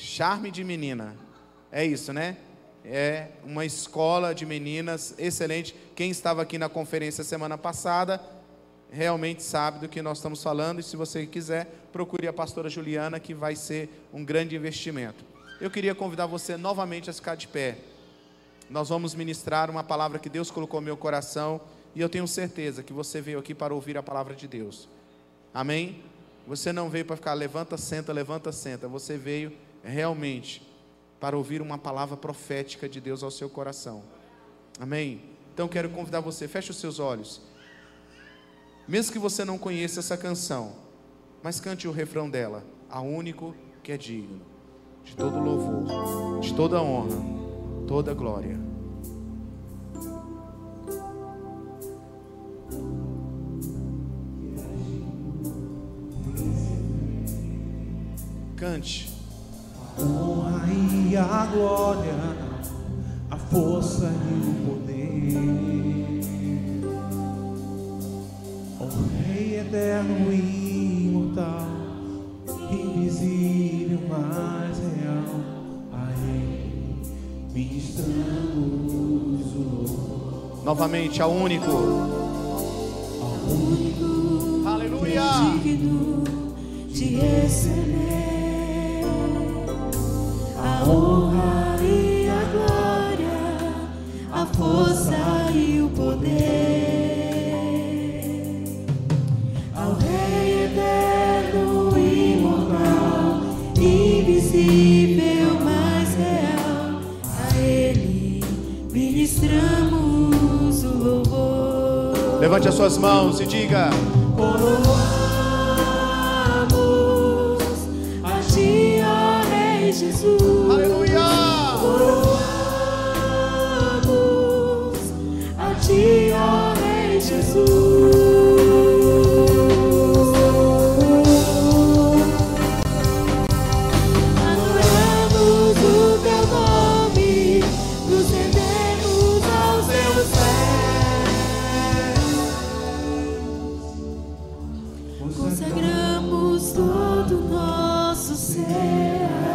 Charme de menina. É isso, né? É uma escola de meninas excelente. Quem estava aqui na conferência semana passada realmente sabe do que nós estamos falando. E se você quiser, procure a pastora Juliana, que vai ser um grande investimento. Eu queria convidar você novamente a ficar de pé. Nós vamos ministrar uma palavra que Deus colocou no meu coração. E eu tenho certeza que você veio aqui para ouvir a palavra de Deus. Amém? Você não veio para ficar levanta, senta, levanta, senta. Você veio realmente para ouvir uma palavra profética de Deus ao seu coração. Amém? Então quero convidar você, feche os seus olhos. Mesmo que você não conheça essa canção, mas cante o refrão dela. Ao único que é digno de todo louvor, de toda honra, toda glória. Cante. A honra e a glória, a força e o poder, ao Rei eterno e imortal, invisível, mas real, a Ele ministramos o louvor. Novamente, ao único. Ao único. Aleluia. Que é digno de receber a honra e a glória, a força e o poder, ao Rei eterno e imortal, invisível, mas real, a Ele ministramos o louvor. Levante as suas mãos e diga: Coroamos a Ti, ó Rei Jesus. Aleluia! Coroamos a Ti, ó Rei Jesus. Adoramos o Teu nome, nos rendemos aos Teus pés. Consagramos todo o nosso ser.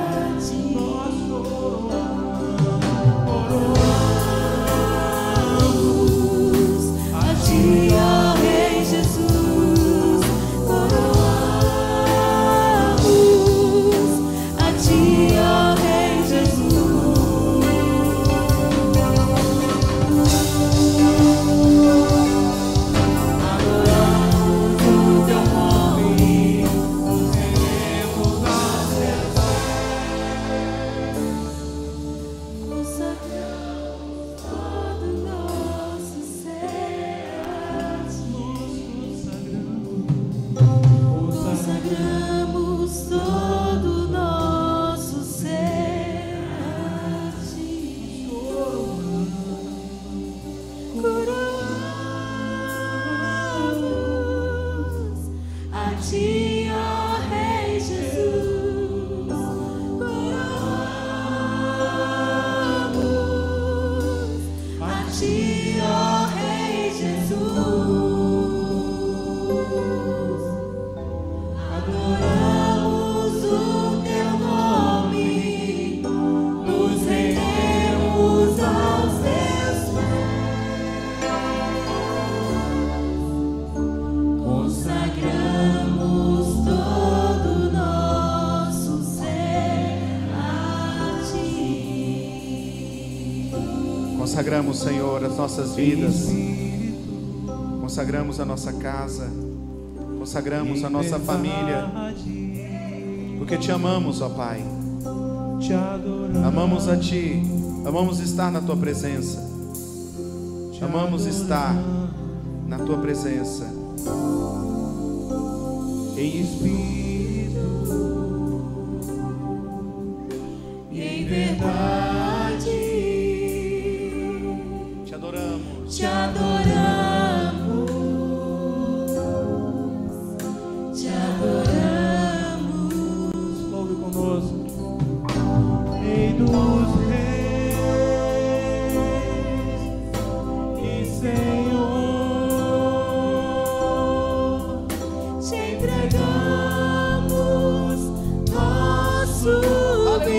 Consagramos, Senhor, as nossas vidas, consagramos a nossa casa, consagramos a nossa família, porque Te amamos, ó Pai. Amamos a Ti, amamos estar na Tua presença, amamos estar na Tua presença, em espírito e em verdade. Te adoramos, te adoramos. Louve conosco, Rei dos Reis e Senhor, te entregamos.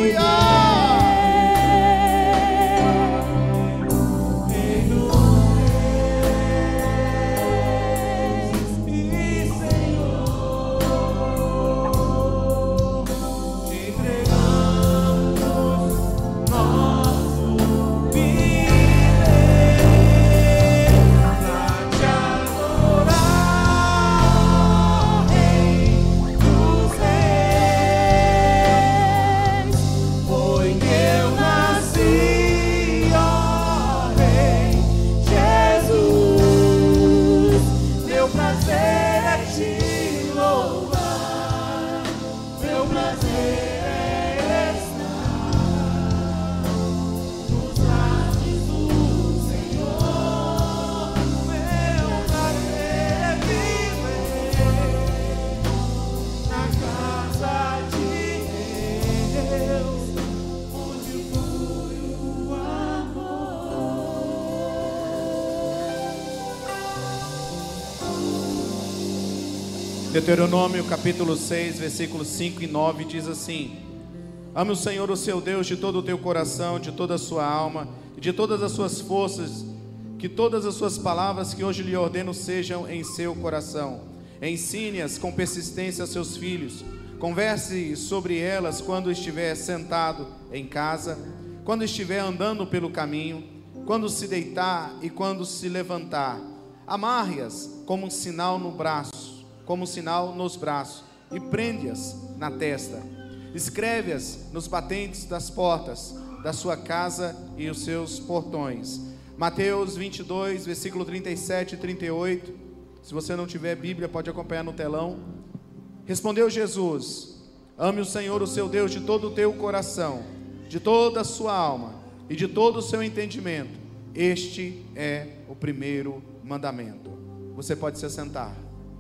Deuteronômio capítulo 6, versículos 5 e 9 diz assim: ame o Senhor, o seu Deus, de todo o teu coração, de toda a sua alma e de todas as suas forças. Que todas as suas palavras que hoje lhe ordeno sejam em seu coração. Ensine-as com persistência a seus filhos. Converse sobre elas quando estiver sentado em casa, quando estiver andando pelo caminho, quando se deitar e quando se levantar. Amarre-as como um sinal no braço, como um sinal nos braços, e prende-as na testa. Escreve-as nos batentes das portas da sua casa e os seus portões. Mateus 22, versículo 37 e 38. Se você não tiver Bíblia, pode acompanhar no telão. Respondeu Jesus: ame o Senhor, o seu Deus, de todo o teu coração, de toda a sua alma e de todo o seu entendimento. Este é o primeiro mandamento. Você pode se assentar.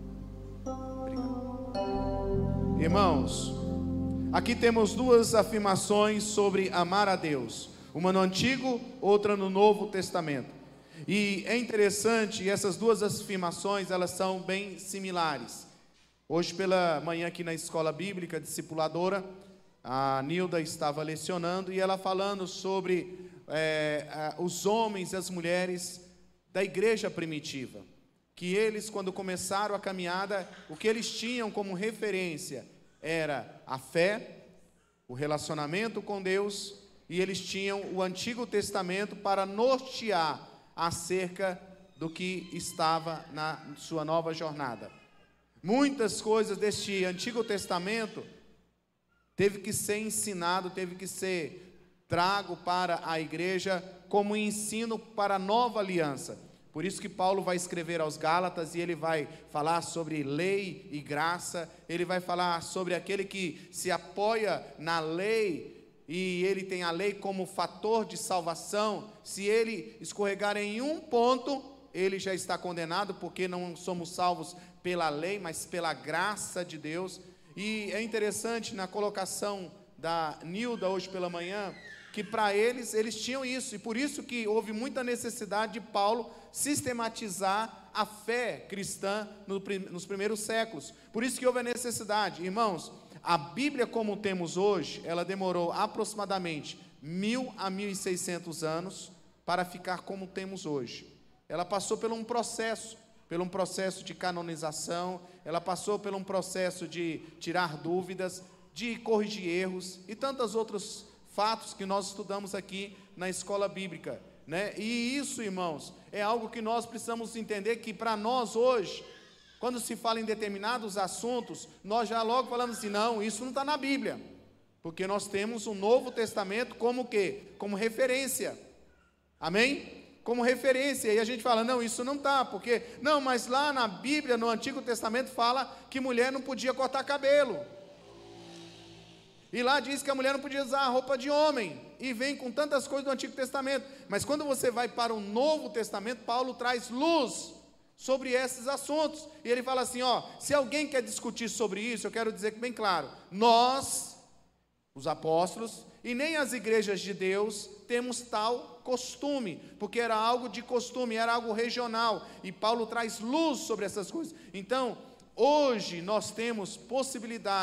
Irmãos, aqui temos duas afirmações sobre amar a Deus, uma no Antigo, outra no Novo Testamento. E é interessante, essas duas afirmações, elas são bem similares. Hoje pela manhã aqui na escola bíblica discipuladora, a Nilda estava lecionando e ela falando sobre os homens e as mulheres da igreja primitiva, que eles, quando começaram a caminhada, o que eles tinham como referência era a fé, o relacionamento com Deus, e eles tinham o Antigo Testamento para nortear acerca do que estava na sua nova jornada. Muitas coisas deste Antigo Testamento teve que ser ensinado, teve que ser trago para a igreja como ensino para a nova aliança. Por isso que Paulo vai escrever aos Gálatas e ele vai falar sobre lei e graça, ele vai falar sobre aquele que se apoia na lei e ele tem a lei como fator de salvação. Se ele escorregar em um ponto, ele já está condenado, porque não somos salvos pela lei, mas pela graça de Deus. E é interessante na colocação da Nilda hoje pela manhã, que para eles tinham isso, e por isso que houve muita necessidade de Paulo sistematizar a fé cristã nos primeiros séculos. Por isso que houve a necessidade. Irmãos, a Bíblia como temos hoje, ela demorou aproximadamente 1000 a 1600 anos para ficar como temos hoje. Ela passou por um processo de canonização, ela passou por um processo de tirar dúvidas, de corrigir erros e tantos outros fatos que nós estudamos aqui na escola bíblica, né? E isso, irmãos, é algo que nós precisamos entender, que para nós hoje, quando se fala em determinados assuntos, nós já logo falamos assim, não, isso não está na Bíblia, porque nós temos o Novo Testamento como o quê? Como referência, amém? Como referência, e a gente fala, não, isso não está, porque, não, mas lá na Bíblia, no Antigo Testamento, fala que mulher não podia cortar cabelo, e lá diz que a mulher não podia usar a roupa de homem, e vem com tantas coisas do Antigo Testamento, mas quando você vai para o Novo Testamento, Paulo traz luz sobre esses assuntos, e ele fala assim, se alguém quer discutir sobre isso, eu quero dizer que bem claro, nós, os apóstolos, e nem as igrejas de Deus, temos tal costume, porque era algo de costume, era algo regional, e Paulo traz luz sobre essas coisas. Então, hoje nós temos possibilidade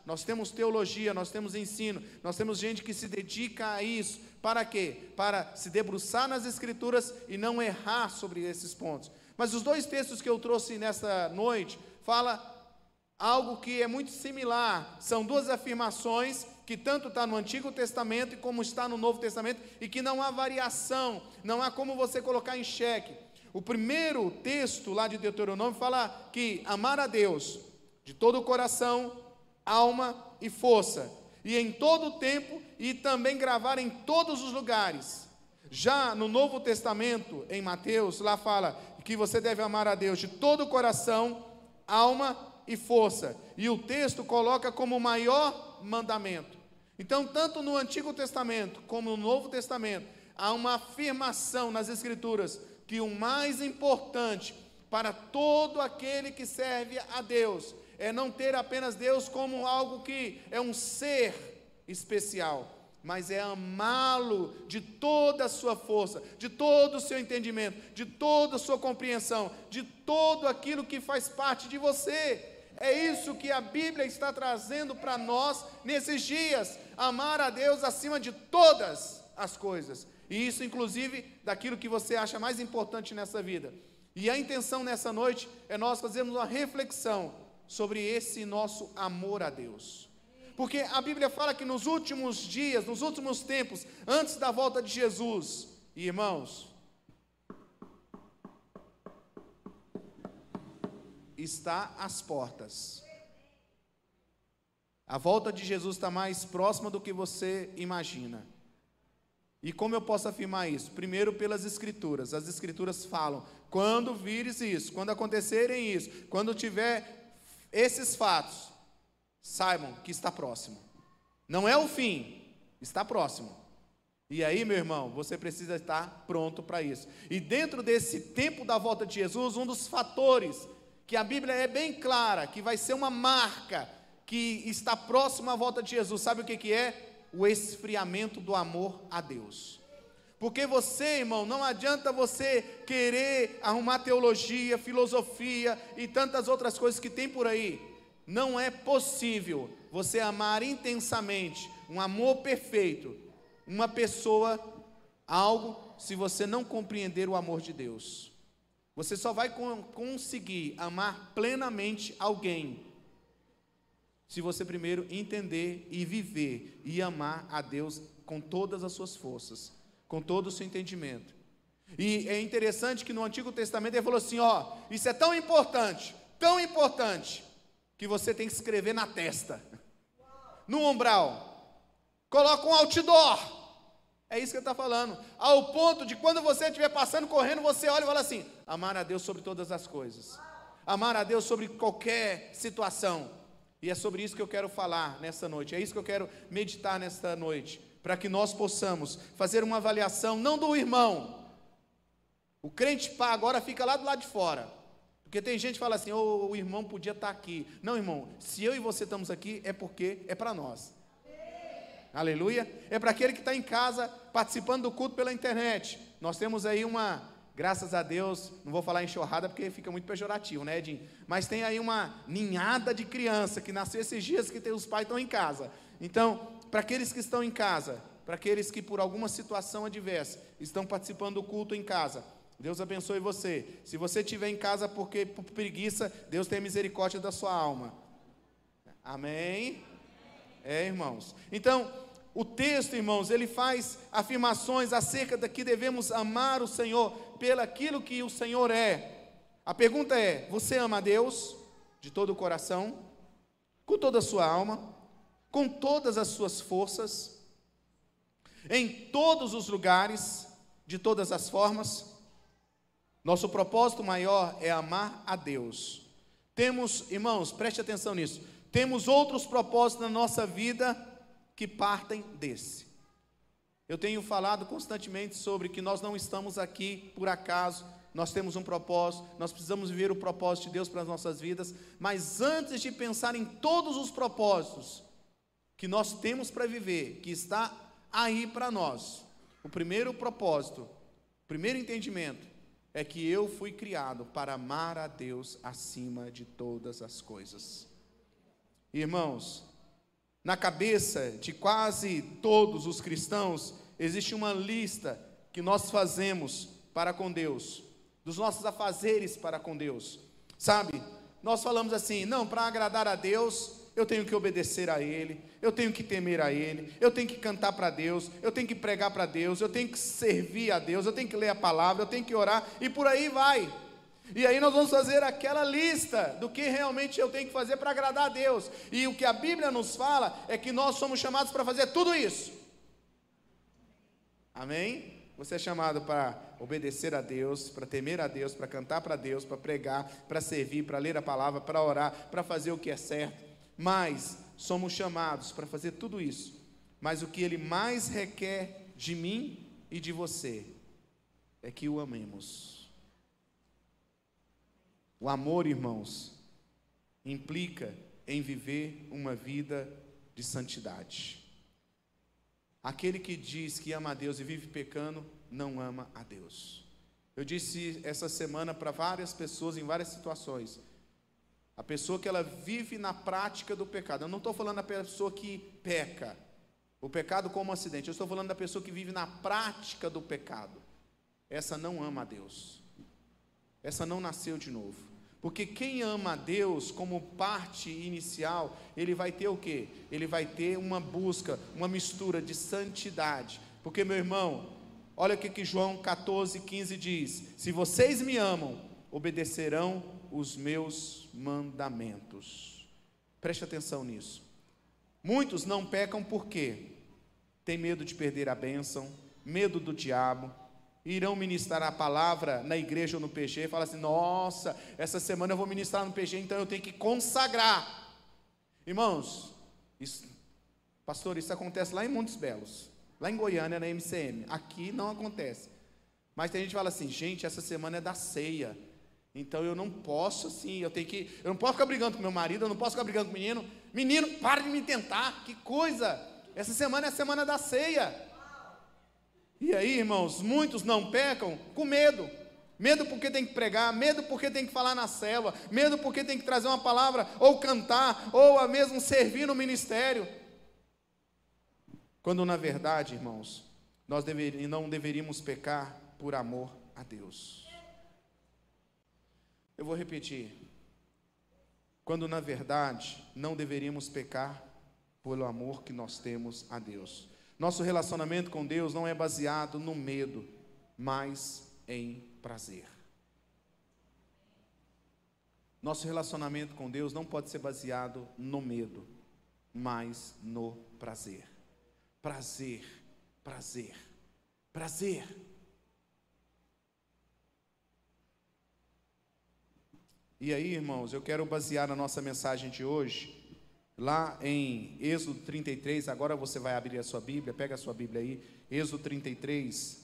nós temos teologia, nós temos ensino, nós temos gente que se dedica a isso. Para quê? Para se debruçar nas Escrituras e não errar sobre esses pontos. Mas os dois textos que eu trouxe nesta noite, fala algo que é muito similar. São duas afirmações que tanto está no Antigo Testamento como está no Novo Testamento, e que não há variação, não há como você colocar em xeque. O primeiro texto lá de Deuteronômio fala que amar a Deus de todo o coração, alma e força, e em todo o tempo, e também gravar em todos os lugares. Já no Novo Testamento, em Mateus, lá fala que você deve amar a Deus de todo o coração, alma e força, e o texto coloca como o maior mandamento. Então, tanto no Antigo Testamento como no Novo Testamento, há uma afirmação nas Escrituras que o mais importante para todo aquele que serve a Deus é não ter apenas Deus como algo que é um ser especial, mas é amá-lo de toda a sua força, de todo o seu entendimento, de toda a sua compreensão, de todo aquilo que faz parte de você. É isso que a Bíblia está trazendo para nós nesses dias, amar a Deus acima de todas as coisas, e isso inclusive daquilo que você acha mais importante nessa vida. E a intenção nessa noite é nós fazermos uma reflexão sobre esse nosso amor a Deus, porque a Bíblia fala que nos últimos dias, nos últimos tempos, antes da volta de Jesus, irmãos, está às portas. A volta de Jesus está mais próxima do que você imagina. E como eu posso afirmar isso? Primeiro, pelas Escrituras. As Escrituras falam: quando vires isso, quando acontecerem isso, quando tiver esses fatos, saibam que está próximo. Não é o fim, está próximo. E aí, meu irmão, você precisa estar pronto para isso. E dentro desse tempo da volta de Jesus, um dos fatores que a Bíblia é bem clara, que vai ser uma marca que está próximo à volta de Jesus, sabe o que é? O esfriamento do amor a Deus. Porque você, irmão, não adianta você querer arrumar teologia, filosofia e tantas outras coisas que tem por aí. Não é possível você amar intensamente, um amor perfeito, uma pessoa, algo, se você não compreender o amor de Deus. Você só vai conseguir amar plenamente alguém se você primeiro entender e viver e amar a Deus com todas as suas forças, com todo o seu entendimento. E é interessante que no Antigo Testamento ele falou assim: ó, isso é tão importante, que você tem que escrever na testa, no umbral, coloca um outdoor. É isso que ele está falando, ao ponto de quando você estiver passando, correndo, você olha e fala assim: amar a Deus sobre todas as coisas, amar a Deus sobre qualquer situação. E é sobre isso que eu quero falar nessa noite, é isso que eu quero meditar nesta noite, para que nós possamos fazer uma avaliação, não do irmão. O crente pá agora fica lá do lado de fora, porque tem gente que fala assim: oh, o irmão podia estar aqui. Não, irmão, se eu e você estamos aqui, é porque é para nós. Aleluia. É para aquele que está em casa participando do culto pela internet. Nós temos aí graças a Deus, não vou falar enxurrada porque fica muito pejorativo, né, Edinho? Mas tem aí uma ninhada de criança que nasceu esses dias que os pais estão em casa. Então, para aqueles que estão em casa, para aqueles que por alguma situação adversa estão participando do culto em casa, Deus abençoe você. Se você estiver em casa por preguiça, Deus tem misericórdia da sua alma. Amém? Irmãos. Então, o texto, irmãos, ele faz afirmações acerca de que devemos amar o Senhor pelaquilo que o Senhor é. A pergunta é: você ama a Deus de todo o coração, com toda a sua alma, com todas as suas forças, em todos os lugares, de todas as formas? Nosso propósito maior é amar a Deus. Temos, irmãos, preste atenção nisso, temos outros propósitos na nossa vida que partem desse. Eu tenho falado constantemente sobre que nós não estamos aqui por acaso, nós temos um propósito, nós precisamos viver o propósito de Deus para as nossas vidas, mas antes de pensar em todos os propósitos que nós temos para viver, que está aí para nós, o primeiro propósito, o primeiro entendimento, é que eu fui criado para amar a Deus acima de todas as coisas. Irmãos, Na cabeça de quase todos os cristãos, existe uma lista que nós fazemos para com Deus, dos nossos afazeres para com Deus, sabe? Nós falamos assim: não, para agradar a Deus, eu tenho que obedecer a Ele, eu tenho que temer a Ele, eu tenho que cantar para Deus, eu tenho que pregar para Deus, eu tenho que servir a Deus, eu tenho que ler a palavra, eu tenho que orar, e por aí vai. E aí nós vamos fazer aquela lista do que realmente eu tenho que fazer para agradar a Deus. E o que a Bíblia nos fala é que nós somos chamados para fazer tudo isso. Amém? Você é chamado para obedecer a Deus, para temer a Deus, para cantar para Deus, para pregar, para servir, para ler a palavra, para orar, para fazer o que é certo. Mas somos chamados para fazer tudo isso. Mas o que Ele mais requer de mim e de você é que o amemos. O amor, irmãos, implica em viver uma vida de santidade. Aquele que diz que ama a Deus e vive pecando, não ama a Deus. Eu disse essa semana para várias pessoas em várias situações: a pessoa que ela vive na prática do pecado. Eu não estou falando da pessoa que peca, o pecado como um acidente. Eu estou falando da pessoa que vive na prática do pecado. Essa não ama a Deus. Essa não nasceu de novo. Porque quem ama a Deus como parte inicial, ele vai ter o quê? Ele vai ter uma busca, uma mistura de santidade. Porque, meu irmão, olha o que João 14,15 diz: se vocês me amam, obedecerão os meus mandamentos. Preste atenção nisso. Muitos não pecam por quê? Tem medo de perder a bênção, medo do diabo. Irão ministrar a palavra na igreja ou no PG, fala assim: nossa, essa semana eu vou ministrar no PG, então eu tenho que consagrar. Irmãos, pastor, isso acontece lá em Montes Belos, lá em Goiânia, na MCM. Aqui não acontece. Mas tem gente que fala assim: gente, essa semana é da ceia, então eu não posso assim, eu não posso ficar brigando com meu marido, eu não posso ficar brigando com o menino, para de me tentar, que coisa, essa semana é a semana da ceia. E aí, irmãos, muitos não pecam com medo. Medo porque tem que pregar, medo porque tem que falar na célula, medo porque tem que trazer uma palavra, ou cantar, ou a mesmo servir no ministério. Quando na verdade, irmãos, nós não deveríamos pecar por amor a Deus. Eu vou repetir. Quando na verdade não deveríamos pecar pelo amor que nós temos a Deus. Nosso relacionamento com Deus não é baseado no medo, mas em prazer. Nosso relacionamento com Deus não pode ser baseado no medo, mas no prazer. Prazer, prazer, prazer. E aí, irmãos, eu quero basear a nossa mensagem de hoje lá em Êxodo 33, agora você vai abrir a sua Bíblia, pega a sua Bíblia aí, Êxodo 33,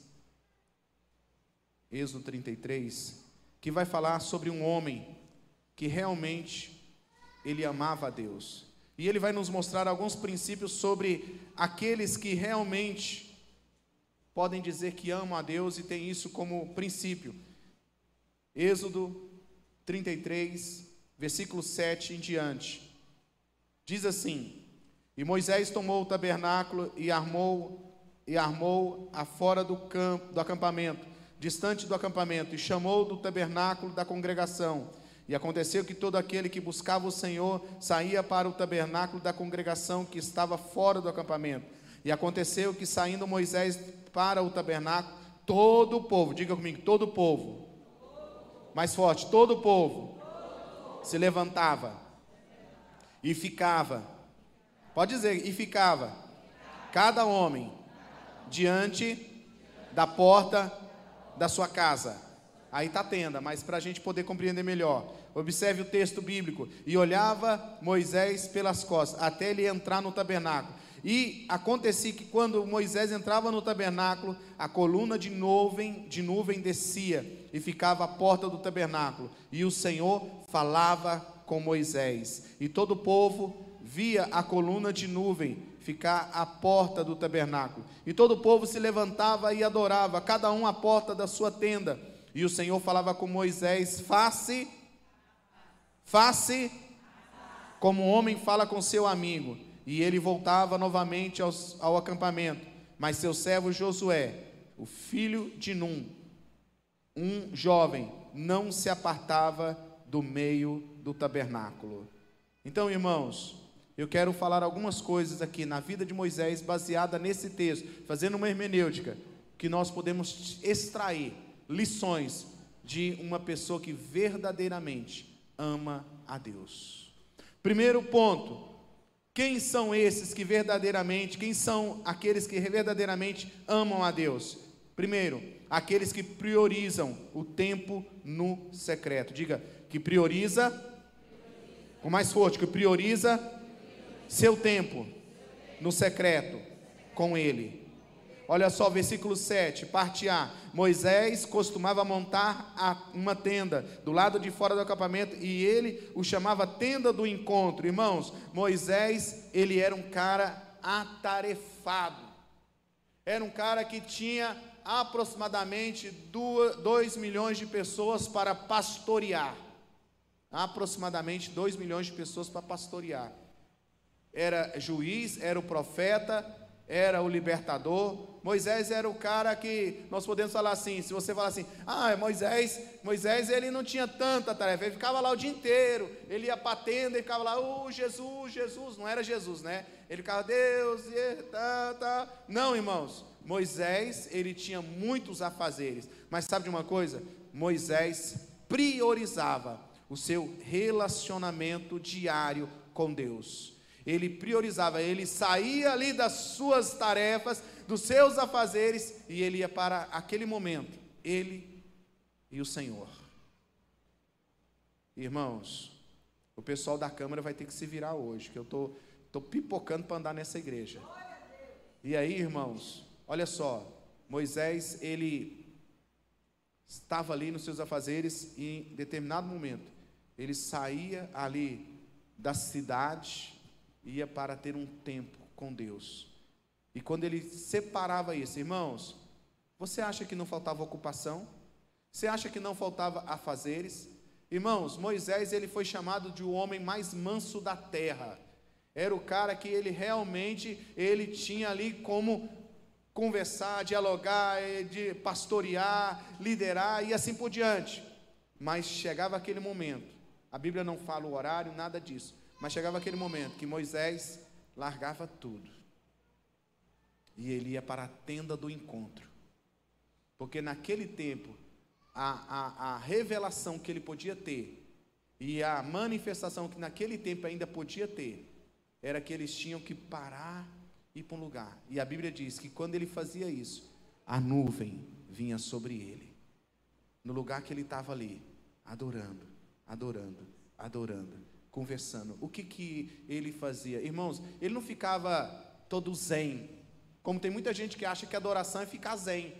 que vai falar sobre um homem que realmente ele amava a Deus. E ele vai nos mostrar alguns princípios sobre aqueles que realmente podem dizer que amam a Deus e tem isso como princípio. Êxodo 33, versículo 7 em diante. Diz assim: e Moisés tomou o tabernáculo e armou afora do acampamento, distante do acampamento, e chamou do tabernáculo da congregação. E aconteceu que todo aquele que buscava o Senhor saía para o tabernáculo da congregação que estava fora do acampamento. E aconteceu que, saindo Moisés para o tabernáculo, todo o povo, diga comigo, todo o povo, mais forte, todo o povo se levantava e ficava, pode dizer, e ficava, cada homem diante da porta da sua casa. Aí está a tenda, mas para a gente poder compreender melhor, observe o texto bíblico. E olhava Moisés pelas costas, até ele entrar no tabernáculo. E acontecia que quando Moisés entrava no tabernáculo, a coluna de nuvem descia e ficava à porta do tabernáculo. E o Senhor falava com Moisés, e todo o povo via a coluna de nuvem ficar à porta do tabernáculo, e todo o povo se levantava e adorava, cada um à porta da sua tenda. E o Senhor falava com Moisés face, como um homem fala com seu amigo, e ele voltava novamente ao acampamento. Mas seu servo Josué, o filho de Num, um jovem, não se apartava do meio do tabernáculo. Então, irmãos, eu quero falar algumas coisas aqui na vida de Moisés, baseada nesse texto, fazendo uma hermenêutica, que nós podemos extrair lições de uma pessoa que verdadeiramente ama a Deus. Primeiro ponto: quem são esses que verdadeiramente, quem são aqueles que verdadeiramente amam a Deus? Primeiro, aqueles que priorizam o tempo no secreto. Diga, que prioriza, com mais forte, que prioriza seu tempo no secreto com Ele. Olha só, versículo 7, parte A. Moisés costumava montar uma tenda do lado de fora do acampamento, e ele o chamava tenda do encontro. Irmãos, Moisés, ele era um cara atarefado. Era um cara que tinha aproximadamente 2 milhões de pessoas para pastorear. Aproximadamente 2 milhões de pessoas para pastorear. Era juiz, era o profeta, era o libertador. Moisés era o cara que nós podemos falar assim, se você falar assim, Moisés ele não tinha tanta tarefa, ele ficava lá o dia inteiro, ele ia para a tenda, ele ficava lá, Jesus, não era Jesus, né? Ele ficava, Deus, Não, irmãos, Moisés, ele tinha muitos afazeres, mas sabe de uma coisa? Moisés priorizava o seu relacionamento diário com Deus. Ele priorizava, ele saía ali das suas tarefas, dos seus afazeres, e ele ia para aquele momento, ele e o Senhor. Irmãos, o pessoal da câmara vai ter que se virar hoje, que eu estou pipocando para andar nessa igreja. E aí, irmãos, olha só, Moisés, ele estava ali nos seus afazeres, e em determinado momento, ele saía ali da cidade, ia para ter um tempo com Deus. E quando ele separava isso, irmãos, você acha que não faltava ocupação? Você acha que não faltava afazeres? Irmãos, Moisés, ele foi chamado de o homem mais manso da terra. Era o cara que ele realmente, ele tinha ali como conversar, dialogar, de pastorear, liderar e assim por diante. Mas chegava aquele momento, a Bíblia não fala o horário, nada disso, mas chegava aquele momento que Moisés largava tudo e ele ia para a tenda do encontro, porque naquele tempo a revelação que ele podia ter e a manifestação que naquele tempo ainda podia ter era que eles tinham que parar e ir para um lugar, e a Bíblia diz que quando ele fazia isso, a nuvem vinha sobre ele, no lugar que ele estava ali, adorando, conversando. O que ele fazia? Irmãos, ele não ficava todo zen, como tem muita gente que acha que adoração é ficar zen.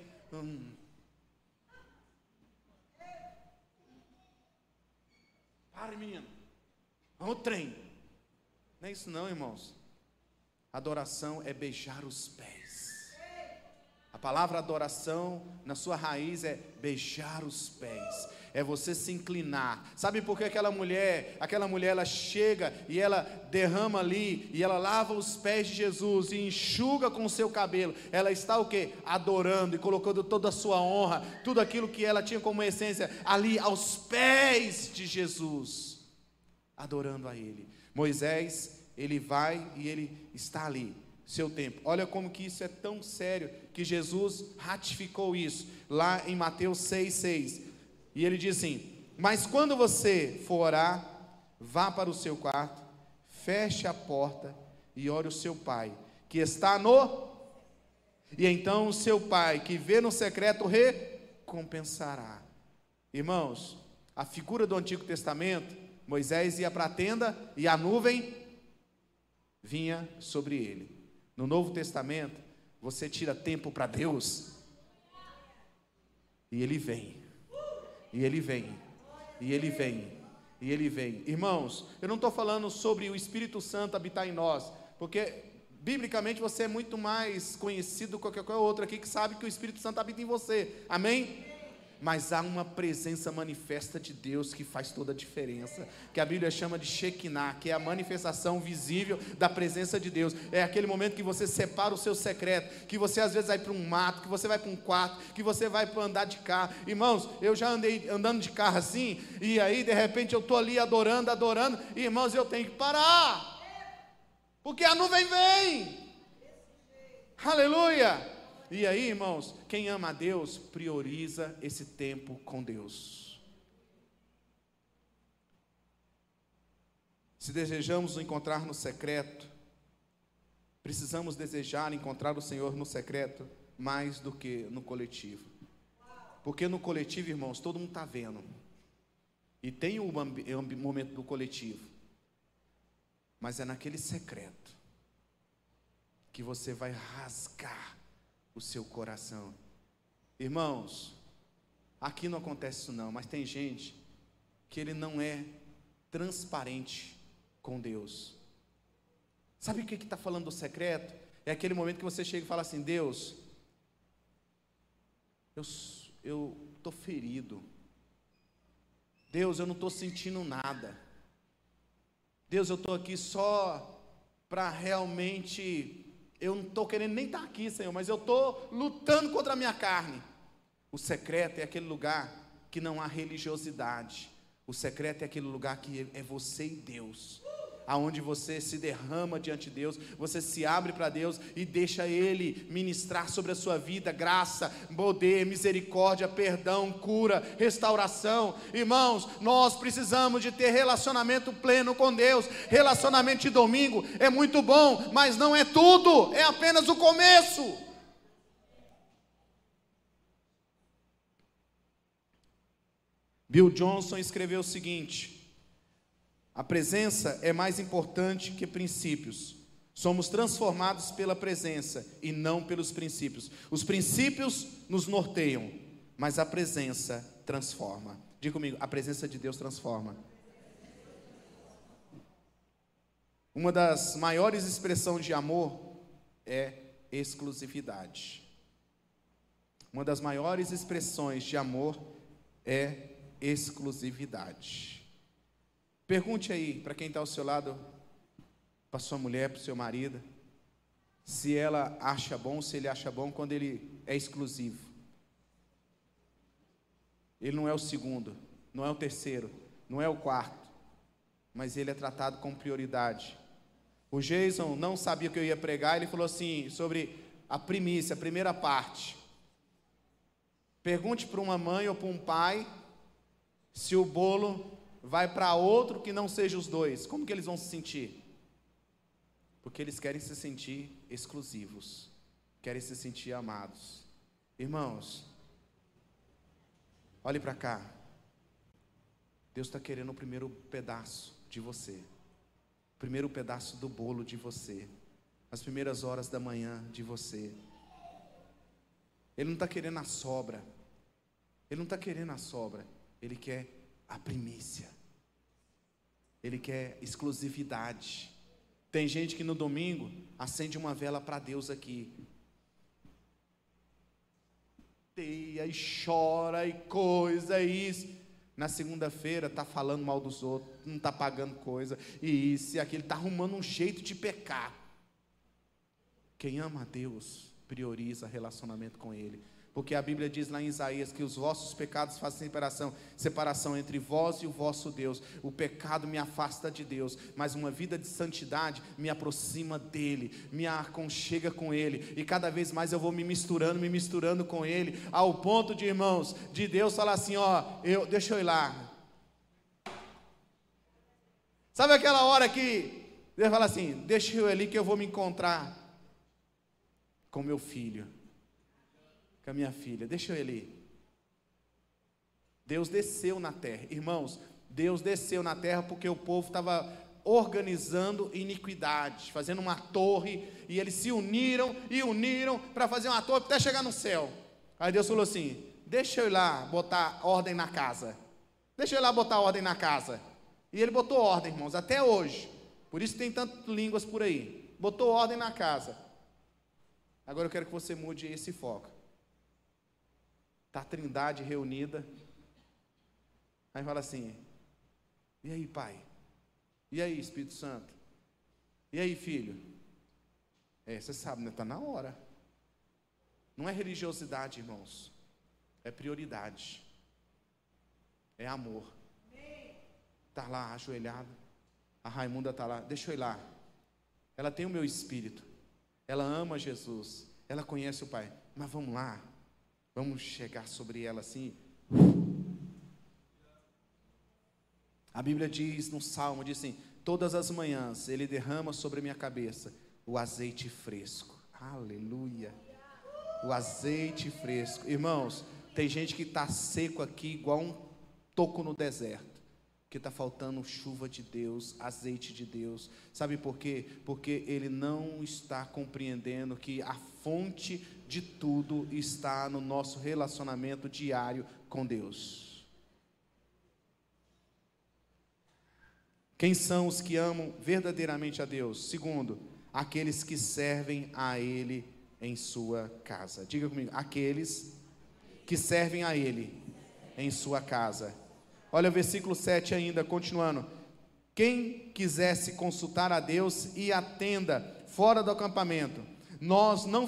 Para, menino, vamos ao trem. Não é isso não, irmãos. Adoração é beijar os pés. A palavra adoração, na sua raiz, é beijar os pés, é você se inclinar. Sabe por que aquela mulher ela chega e ela derrama ali, e ela lava os pés de Jesus, e enxuga com o seu cabelo? Ela está o quê? Adorando, e colocando toda a sua honra, tudo aquilo que ela tinha como essência, ali aos pés de Jesus, adorando a Ele. Moisés, ele vai e ele está ali, seu tempo. Olha como que isso é tão sério, que Jesus ratificou isso, lá em Mateus 6,6, e ele diz assim: mas quando você for orar, vá para o seu quarto, feche a porta e ore o seu pai, que está e então o seu pai, que vê no secreto, recompensará. Irmãos, a figura do Antigo Testamento, Moisés ia para a tenda e a nuvem vinha sobre ele. No Novo Testamento, você tira tempo para Deus, e Ele vem, e Ele vem, e Ele vem, e Ele vem. Irmãos, eu não estou falando sobre o Espírito Santo habitar em nós, porque biblicamente você é muito mais conhecido do que qualquer outro aqui que sabe que o Espírito Santo habita em você, amém? mas há uma presença manifesta de Deus que faz toda a diferença, que a Bíblia chama de Shekinah, que é a manifestação visível da presença de Deus. É aquele momento que você separa o seu secreto, que você às vezes vai para um mato, que você vai para um quarto, que você vai para andar de carro. Irmãos, eu já andei andando de carro assim, e aí de repente eu estou ali adorando, e irmãos, eu tenho que parar, porque a nuvem vem. Aleluia! E aí, irmãos, quem ama a Deus, prioriza esse tempo com Deus. Se desejamos nos encontrar no secreto, precisamos desejar encontrar o Senhor no secreto mais do que no coletivo. Porque no coletivo, irmãos, todo mundo está vendo. E tem o momento do coletivo. Mas é naquele secreto que você vai rasgar o seu coração. Irmãos, aqui não acontece isso não, mas tem gente que ele não é transparente com Deus. Sabe o que está falando do secreto? É aquele momento que você chega e fala assim: Deus, eu estou ferido. Deus, eu não estou sentindo nada. Deus, eu estou aqui só para realmente... Eu não estou querendo nem estar aqui, Senhor, mas eu estou lutando contra a minha carne. O secreto é aquele lugar que não há religiosidade. O secreto é aquele lugar que é você e Deus, aonde você se derrama diante de Deus, você se abre para Deus e deixa Ele ministrar sobre a sua vida, graça, poder, misericórdia, perdão, cura, restauração. Irmãos, nós precisamos de ter relacionamento pleno com Deus. Relacionamento de domingo é muito bom, mas não é tudo, é apenas o começo. Bill Johnson escreveu o seguinte: a presença é mais importante que princípios. Somos transformados pela presença e não pelos princípios. Os princípios nos norteiam, mas a presença transforma. Diga comigo, a presença de Deus transforma. Uma das maiores expressões de amor é exclusividade. Uma das maiores expressões de amor é exclusividade. Pergunte aí para quem está ao seu lado, para sua mulher, para o seu marido, se ela acha bom, se ele acha bom quando ele é exclusivo. Ele não é o segundo, não é o terceiro, não é o quarto, mas ele é tratado com prioridade. O Jason não sabia o que eu ia pregar, ele falou assim, sobre a primícia, a primeira parte. Pergunte para uma mãe ou para um pai, se o bolo vai para outro que não seja os dois, como que eles vão se sentir? Porque eles querem se sentir exclusivos, querem se sentir amados. Irmãos, olhe para cá. Deus está querendo o primeiro pedaço de você, o primeiro pedaço do bolo de você, as primeiras horas da manhã de você. Ele não está querendo a sobra, Ele não está querendo a sobra, Ele quer a primícia, Ele quer exclusividade. Tem gente que no domingo acende uma vela para Deus aqui, e aí chora e coisa e isso. Na segunda-feira está falando mal dos outros, não está pagando coisa, e isso e aquilo, está arrumando um jeito de pecar. Quem ama a Deus prioriza relacionamento com Ele, porque a Bíblia diz lá em Isaías que os vossos pecados fazem separação entre vós e o vosso Deus. O pecado me afasta de Deus, mas uma vida de santidade me aproxima dEle, me aconchega com Ele, e cada vez mais eu vou me misturando com Ele, ao ponto de, irmãos, de Deus falar assim, deixa eu ir lá. Sabe aquela hora que Deus fala assim, deixa eu ir ali que eu vou me encontrar com meu filho, com a minha filha, deixa eu ir ali. Deus desceu na terra, irmãos, Deus desceu na terra porque o povo estava organizando iniquidade, fazendo uma torre, e eles se uniram para fazer uma torre até chegar no céu. Aí Deus falou assim, deixa eu ir lá botar ordem na casa, deixa eu ir lá botar ordem na casa. E Ele botou ordem, irmãos, até hoje, por isso tem tantas línguas por aí, botou ordem na casa. Agora eu quero que você mude esse foco. Está a Trindade reunida. Aí fala assim: e aí, Pai? E aí, Espírito Santo? E aí, Filho? Você sabe, né? Está na hora. Não é religiosidade, irmãos. É prioridade. É amor. Está lá ajoelhado. A Raimunda está lá. Deixa eu ir lá. Ela tem o meu espírito. Ela ama Jesus. Ela conhece o Pai. Mas vamos lá. Vamos chegar sobre ela assim. A Bíblia diz no Salmo, diz assim: todas as manhãs Ele derrama sobre a minha cabeça o azeite fresco. Aleluia. O azeite fresco. Irmãos, tem gente que está seco aqui igual um toco no deserto, porque está faltando chuva de Deus, azeite de Deus. Sabe por quê? Porque ele não está compreendendo que a fonte de tudo está no nosso relacionamento diário com Deus. Quem são os que amam verdadeiramente a Deus? Segundo, aqueles que servem a Ele em sua casa. Diga comigo: aqueles que servem a Ele em sua casa. Olha o versículo 7 ainda, continuando: quem quisesse consultar a Deus, e a tenda fora do acampamento. Nós não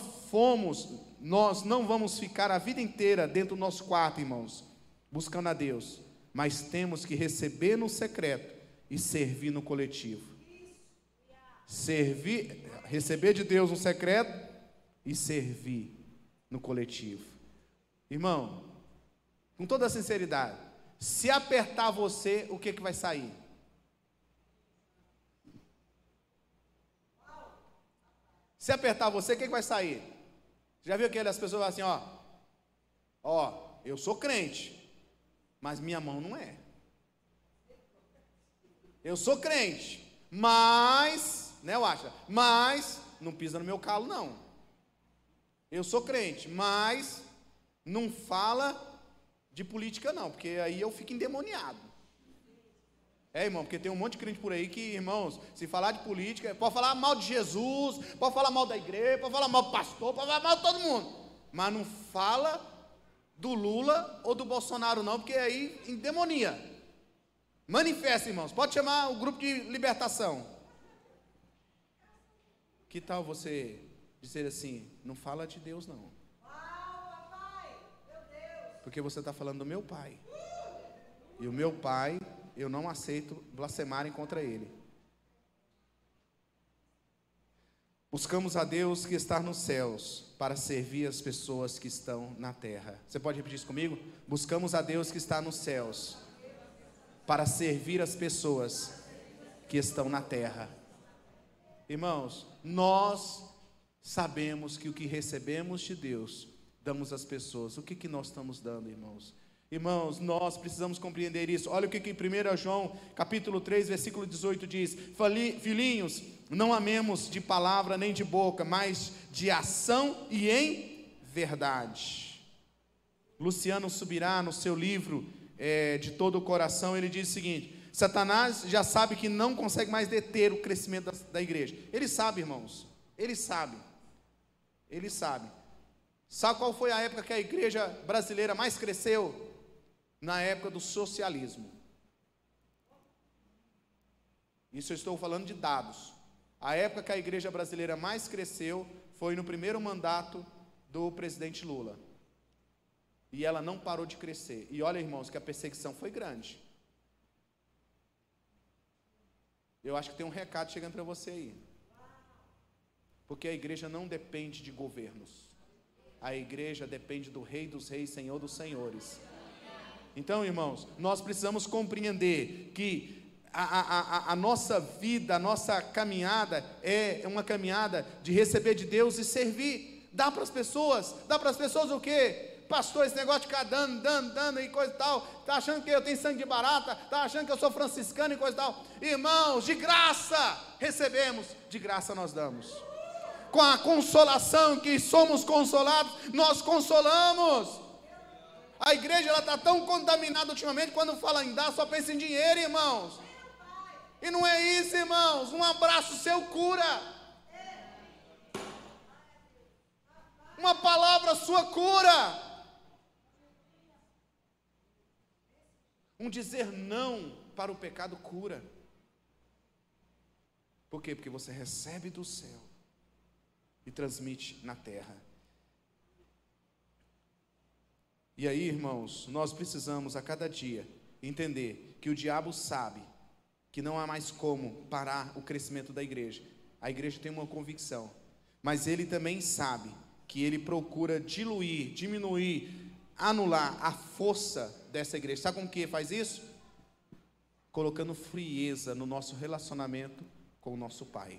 vamos ficar a vida inteira dentro do nosso quarto, irmãos, buscando a Deus, mas temos que receber no secreto e servir no coletivo. Receber de Deus no secreto e servir no coletivo. Irmão, com toda a sinceridade, se apertar você, o que vai sair? Se apertar você, o que vai sair? Já viu aquelas pessoas assim, eu sou crente, mas minha mão não é. Eu sou crente, mas, né, mas não pisa no meu calo, não. Eu sou crente, mas não fala de política não, porque aí eu fico endemoniado. Irmão, porque tem um monte de crente por aí que, irmãos, se falar de política, pode falar mal de Jesus, pode falar mal da igreja, pode falar mal do pastor, pode falar mal de todo mundo, mas não fala do Lula ou do Bolsonaro não, porque aí endemonia. Manifesta, irmãos, pode chamar o grupo de libertação. Que tal você dizer assim: não fala de Deus não, porque você está falando do meu Pai, e o meu Pai, eu não aceito blasfemarem contra Ele. Buscamos a Deus que está nos céus, para servir as pessoas que estão na terra. Você pode repetir isso comigo? Buscamos a Deus que está nos céus, para servir as pessoas que estão na terra. Irmãos, nós sabemos que o que recebemos de Deus, damos às pessoas. O que nós estamos dando, irmãos? Irmãos, nós precisamos compreender isso. Olha o que em 1 João, capítulo 3, versículo 18 diz: filhinhos, não amemos de palavra nem de boca, mas de ação e em verdade. Luciano Subirá, no seu livro de todo o coração, ele diz o seguinte: Satanás já sabe que não consegue mais deter o crescimento da igreja. Ele sabe, irmãos, ele sabe. Sabe qual foi a época que a igreja brasileira mais cresceu? Na época do socialismo. Isso eu estou falando de dados. A época que a igreja brasileira mais cresceu foi no primeiro mandato do presidente Lula. E ela não parou de crescer. E olha, irmãos, que a perseguição foi grande. Eu acho que tem um recado chegando para você aí. Porque a igreja não depende de governos. A igreja depende do Rei dos Reis, Senhor dos Senhores. Então, irmãos, nós precisamos compreender que a nossa vida, a nossa caminhada é uma caminhada de receber de Deus e servir. Dá para as pessoas o quê? Pastor, esse negócio de ficar dando e coisa e tal, está achando que eu tenho sangue de barata, está achando que eu sou franciscano e coisa e tal. Irmãos, de graça recebemos, de graça nós damos. Com a consolação que somos consolados, nós consolamos. A igreja está tão contaminada ultimamente, quando fala em dar, só pensa em dinheiro, irmãos. E não é isso, irmãos. Um abraço seu cura. Uma palavra sua cura. Um dizer não para o pecado cura. Por quê? Porque você recebe do céu e transmite na terra. E aí, irmãos, nós precisamos a cada dia entender que o diabo sabe que não há mais como parar o crescimento da igreja. A igreja tem uma convicção, mas ele também sabe que ele procura diluir, diminuir, anular a força dessa igreja. Sabe como que faz isso? Colocando frieza no nosso relacionamento com o nosso Pai.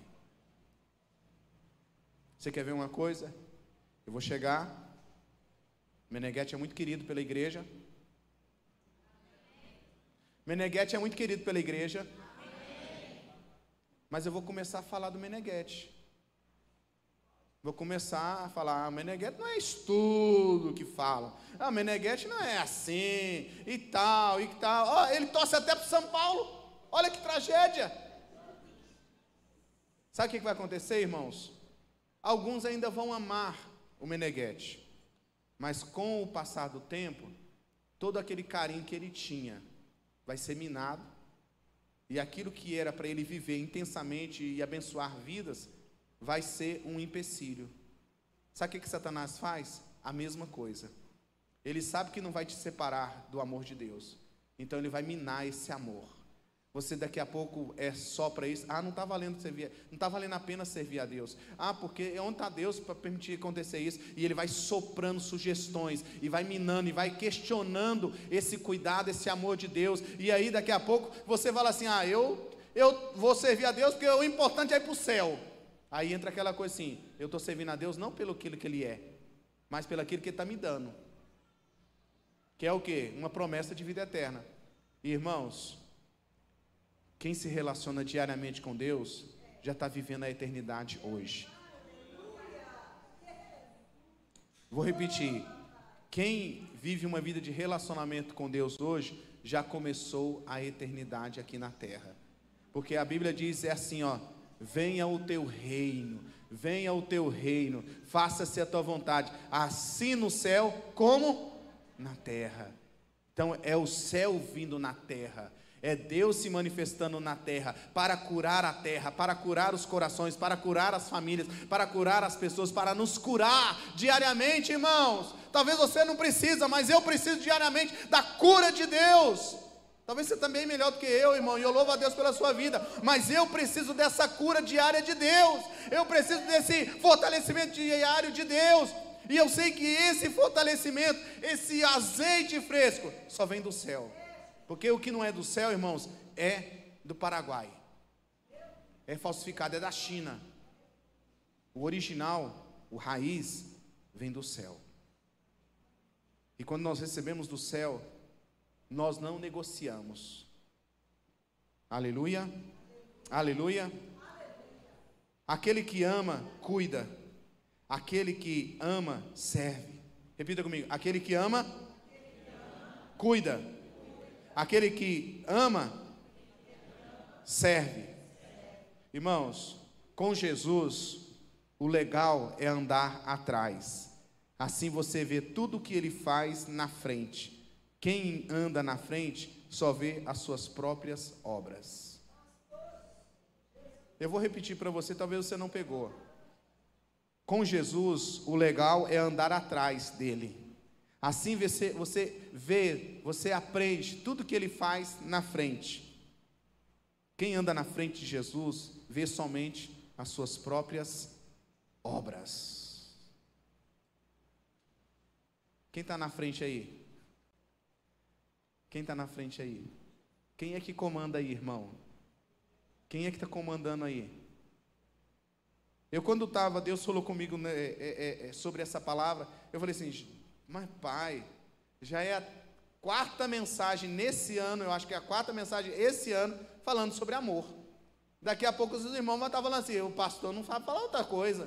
Você quer ver uma coisa? Eu vou chegar. Meneghetti é muito querido pela igreja. Meneghetti é muito querido pela igreja. Mas eu vou começar a falar do Meneghetti. Vou começar a falar, Meneghetti não é isso tudo que falam. Meneghetti não é assim, e tal, e tal. Ele torce até para São Paulo. Olha que tragédia. Sabe o que vai acontecer, irmãos? Alguns ainda vão amar o Meneghetti. Mas com o passar do tempo, todo aquele carinho que ele tinha vai ser minado. E aquilo que era para ele viver intensamente e abençoar vidas, vai ser um empecilho. Sabe o que Satanás faz? A mesma coisa. Ele sabe que não vai te separar do amor de Deus. Então ele vai minar esse amor. Você daqui a pouco é só para isso. Não está valendo servir, não está valendo a pena servir a Deus. Porque onde está Deus para permitir acontecer isso? E ele vai soprando sugestões, e vai minando, e vai questionando esse cuidado, esse amor de Deus. E aí daqui a pouco você fala assim, eu vou servir a Deus porque o importante é ir para o céu. Aí entra aquela coisa assim, eu estou servindo a Deus não pelo aquilo que Ele é, mas pelo aquilo que Ele está me dando. Que é o quê? Uma promessa de vida eterna. Irmãos, quem se relaciona diariamente com Deus, já está vivendo a eternidade hoje. Vou repetir, quem vive uma vida de relacionamento com Deus hoje, já começou a eternidade aqui na terra. Porque a Bíblia diz, assim, venha o teu reino, venha o teu reino, faça-se a tua vontade, assim no céu como na terra. Então é o céu vindo na terra, é Deus se manifestando na terra, para curar a terra, para curar os corações, para curar as famílias, para curar as pessoas, para nos curar diariamente, irmãos. Talvez você não precisa, mas eu preciso diariamente da cura de Deus. Talvez você também é melhor do que eu, irmão, e eu louvo a Deus pela sua vida, mas eu preciso dessa cura diária de Deus, eu preciso desse fortalecimento diário de Deus, e eu sei que esse fortalecimento, esse azeite fresco, só vem do céu, porque o que não é do céu, irmãos, é do Paraguai, é falsificado, é da China. O original, o raiz, vem do céu, e quando nós recebemos do céu, nós não negociamos. Aleluia, aleluia. Aquele que ama, cuida. Aquele que ama, serve. Repita comigo, aquele que ama, cuida. Aquele que ama, serve. Irmãos, com Jesus, o legal é andar atrás. Assim você vê tudo o que Ele faz na frente. Quem anda na frente só vê as suas próprias obras. Eu vou repetir para você, talvez você não pegou. Com Jesus, o legal é andar atrás dele. Assim você vê, você aprende tudo que Ele faz na frente. Quem anda na frente de Jesus, vê somente as suas próprias obras. Quem está na frente aí? Quem está na frente aí? Quem é que comanda aí, irmão? Quem é que está comandando aí? Eu quando estava, Deus falou comigo sobre essa palavra, eu falei assim, mas pai, já é a quarta mensagem nesse ano, eu acho que é a quarta mensagem esse ano, falando sobre amor. Daqui a pouco os irmãos vão estar falando assim, o pastor não sabe falar outra coisa.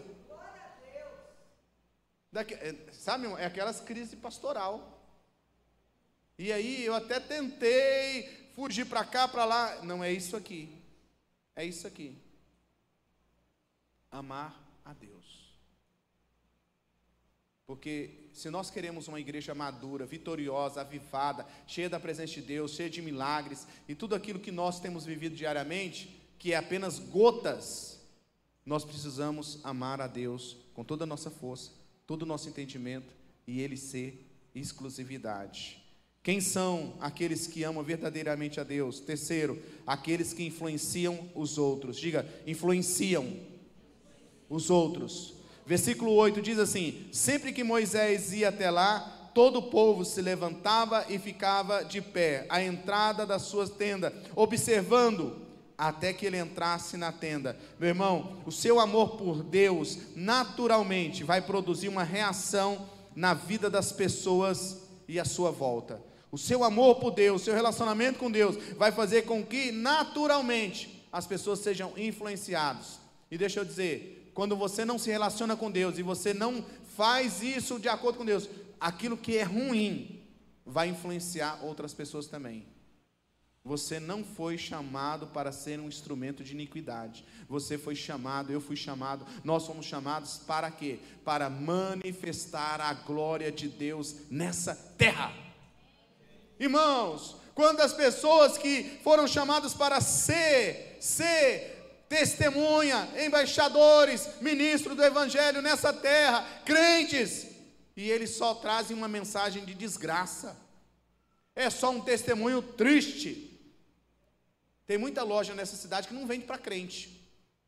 Sabe, é aquelas crises pastoral. E aí eu até tentei fugir para cá, para lá. Não, é isso aqui. É isso aqui. Amar a Deus. Porque se nós queremos uma igreja madura, vitoriosa, avivada, cheia da presença de Deus, cheia de milagres, e tudo aquilo que nós temos vivido diariamente, que é apenas gotas, nós precisamos amar a Deus com toda a nossa força, todo o nosso entendimento, e Ele ser exclusividade. Quem são aqueles que amam verdadeiramente a Deus? Terceiro, aqueles que influenciam os outros. Diga, influenciam os outros. Versículo 8 diz assim: sempre que Moisés ia até lá, todo o povo se levantava e ficava de pé, à entrada da sua tenda, observando, até que ele entrasse na tenda. Meu irmão, o seu amor por Deus, naturalmente, vai produzir uma reação na vida das pessoas e à sua volta. O seu amor por Deus, o seu relacionamento com Deus, vai fazer com que, naturalmente, as pessoas sejam influenciadas. E deixa eu dizer, quando você não se relaciona com Deus, e você não faz isso de acordo com Deus, aquilo que é ruim, vai influenciar outras pessoas também. Você não foi chamado para ser um instrumento de iniquidade. Você foi chamado, eu fui chamado, nós fomos chamados para quê? Para manifestar a glória de Deus nessa terra. Irmãos, quantas pessoas que foram chamadas para ser testemunha, embaixadores, ministros do evangelho nessa terra, crentes, e eles só trazem uma mensagem de desgraça. É só um testemunho triste. Tem muita loja nessa cidade que não vende para crente.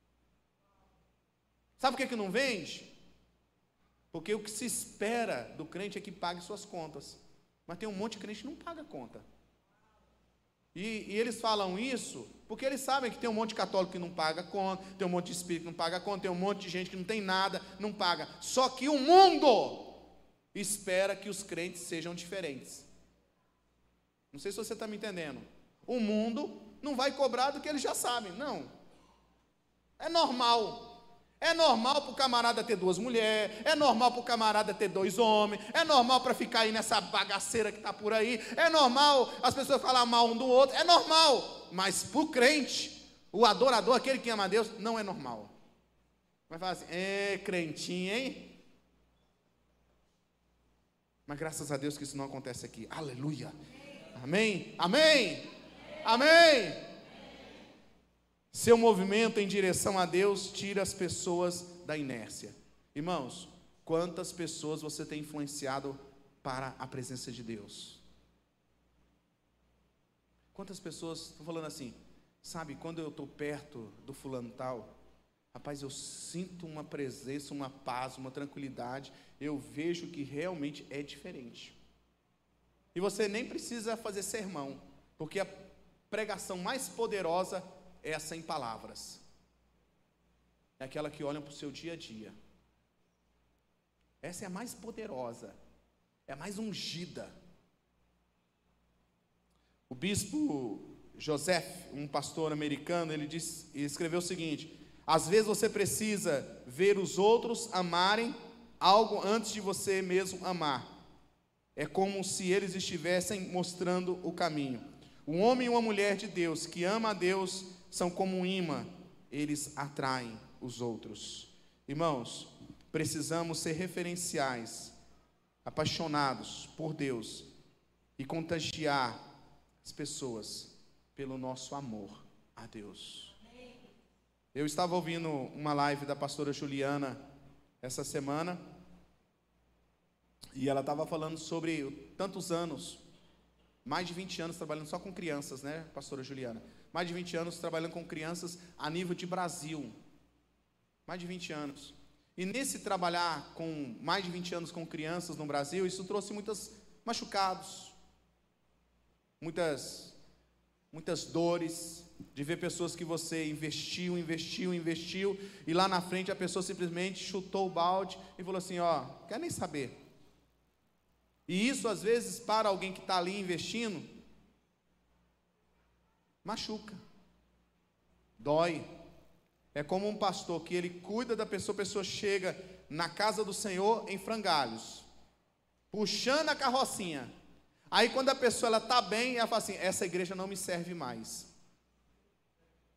Sabe por que não vende? Porque o que se espera do crente é que pague suas contas. Mas tem um monte de crente que não paga conta. E eles falam isso porque eles sabem que tem um monte de católico que não paga conta, tem um monte de espírito que não paga conta, tem um monte de gente que não tem nada, não paga. Só que o mundo espera que os crentes sejam diferentes. Não sei se você está me entendendo. O mundo não vai cobrar do que eles já sabem, não. É normal. É normal para o camarada ter 2 mulheres, é normal para o camarada ter 2 homens, é normal para ficar aí nessa bagaceira que está por aí, é normal as pessoas falar mal um do outro, é normal. Mas para o crente, o adorador, aquele que ama a Deus, não é normal. Vai falar assim, crentinho, hein? Mas graças a Deus que isso não acontece aqui. Aleluia. Amém? Amém? Amém? Seu movimento em direção a Deus tira as pessoas da inércia. Irmãos, quantas pessoas você tem influenciado para a presença de Deus? Quantas pessoas, estou falando assim, sabe, quando eu estou perto do fulano tal, rapaz, eu sinto uma presença, uma paz, uma tranquilidade, eu vejo que realmente é diferente. E você nem precisa fazer sermão, porque a pregação mais poderosa é essa em palavras. É aquela que olham para o seu dia a dia. Essa é a mais poderosa, é a mais ungida. O bispo Joseph, um pastor americano, ele escreveu o seguinte: às vezes você precisa ver os outros amarem algo antes de você mesmo amar. É como se eles estivessem mostrando o caminho. Um homem e uma mulher de Deus que ama a Deus são como um imã, eles atraem os outros. Irmãos, precisamos ser referenciais, apaixonados por Deus e contagiar as pessoas pelo nosso amor a Deus. Eu estava ouvindo uma live da pastora Juliana essa semana e ela estava falando sobre tantos anos, mais de 20 anos trabalhando só com crianças, né, pastora Juliana? Mais de 20 anos trabalhando com crianças a nível de Brasil. Mais de 20 anos. E nesse trabalhar com mais de 20 anos com crianças no Brasil, isso trouxe muitos machucados, muitas dores, de ver pessoas que você investiu, e lá na frente a pessoa simplesmente chutou o balde e falou assim, quer nem saber. E isso às vezes para alguém que está ali investindo, machuca, dói. É como um pastor que ele cuida da pessoa, a pessoa chega na casa do Senhor em frangalhos, puxando a carrocinha. Aí quando a pessoa está bem, ela fala assim, essa igreja não me serve mais.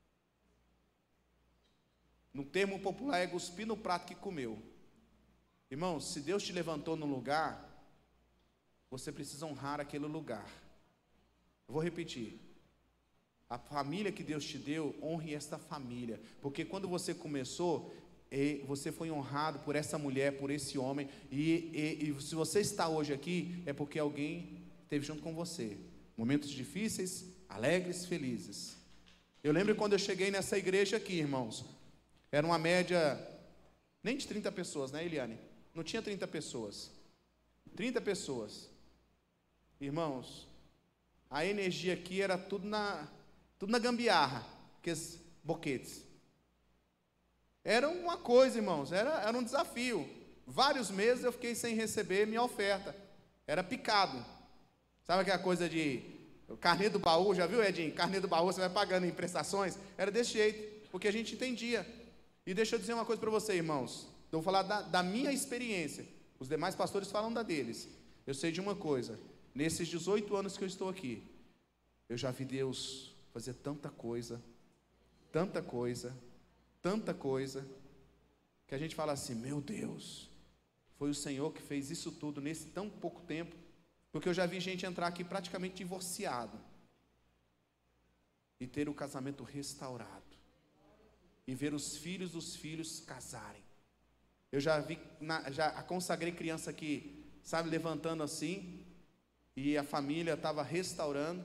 No termo popular é cuspir no prato que comeu. Irmãos, se Deus te levantou no lugar, você precisa honrar aquele lugar. Eu vou repetir. A família que Deus te deu, honre esta família. Porque quando você começou, você foi honrado por essa mulher, por esse homem. E se você está hoje aqui, é porque alguém esteve junto com você. Momentos difíceis, alegres, felizes. Eu lembro quando eu cheguei nessa igreja aqui, irmãos. Era uma média, nem de 30 pessoas, né, Eliane? Não tinha 30 pessoas. 30 pessoas. Irmãos, a energia aqui era tudo na gambiarra, aqueles boquetes. Era uma coisa, irmãos, era um desafio. Vários meses eu fiquei sem receber minha oferta. Era picado. Sabe aquela coisa de carnê do baú, já viu, Edinho? Carnê do baú, você vai pagando em prestações. Era desse jeito, porque a gente entendia. E deixa eu dizer uma coisa para você, irmãos. Eu vou falar da minha experiência. Os demais pastores falam da deles. Eu sei de uma coisa. Nesses 18 anos que eu estou aqui, eu já vi Deus fazer tanta coisa, que a gente fala assim, meu Deus, foi o Senhor que fez isso tudo nesse tão pouco tempo. Porque eu já vi gente entrar aqui praticamente divorciado e ter o casamento restaurado, e ver os filhos dos filhos casarem. Eu já vi, já consagrei criança aqui, sabe, levantando assim, e a família estava restaurando,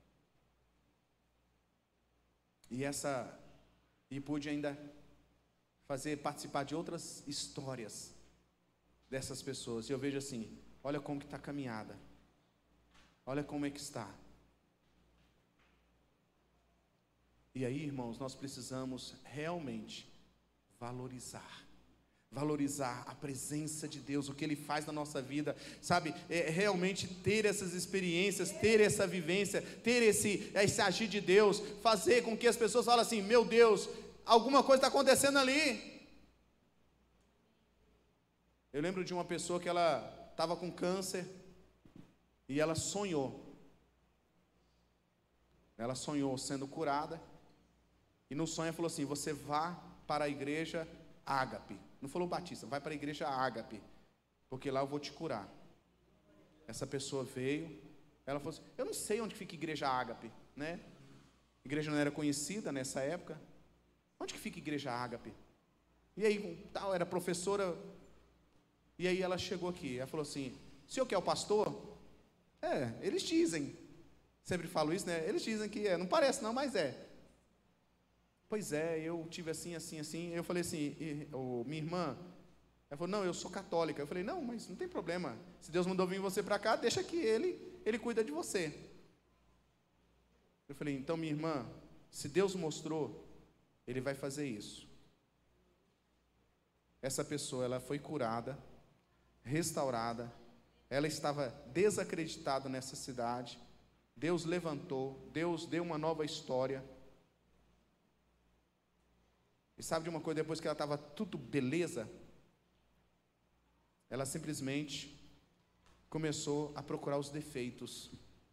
e pude ainda participar de outras histórias dessas pessoas, e eu vejo assim, olha como que está a caminhada, olha como é que está. E aí, irmãos, nós precisamos realmente valorizar a presença de Deus, o que Ele faz na nossa vida, sabe, realmente ter essas experiências, ter essa vivência, ter esse agir de Deus, fazer com que as pessoas falem assim, meu Deus, alguma coisa está acontecendo ali. Eu lembro de uma pessoa que ela estava com câncer, e ela sonhou sendo curada, e no sonho ela falou assim, você vá para a igreja Ágape, não falou Batista, vai para a igreja Ágape, porque lá eu vou te curar. Essa pessoa veio, ela falou assim, eu não sei onde fica a igreja Ágape, né? A igreja não era conhecida nessa época. Onde que fica a igreja Ágape? E aí, tal, era professora, e aí ela chegou aqui, ela falou assim, o senhor que é o pastor? Eles dizem, sempre falo isso, né? Eles dizem que não parece não, mas é. Pois é, eu tive assim. Eu falei assim, minha irmã, ela falou, não, eu sou católica. Eu falei, não, mas não tem problema. Se Deus mandou vir você para cá, deixa que Ele cuida de você. Eu falei, então minha irmã, se Deus mostrou, Ele vai fazer isso. Essa pessoa, ela foi curada, restaurada, ela estava desacreditada nessa cidade, Deus levantou, Deus deu uma nova história. E sabe de uma coisa, depois que ela estava tudo beleza, ela simplesmente começou a procurar os defeitos.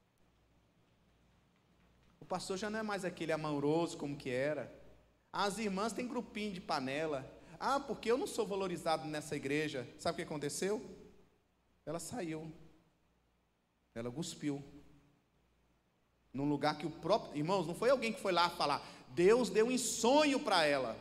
O pastor já não é mais aquele amoroso como que era. As irmãs têm grupinho de panela. Porque eu não sou valorizado nessa igreja. Sabe o que aconteceu? Ela saiu. Ela cuspiu. Num lugar que o próprio... Irmãos, não foi alguém que foi lá falar. Deus deu um sonho para ela.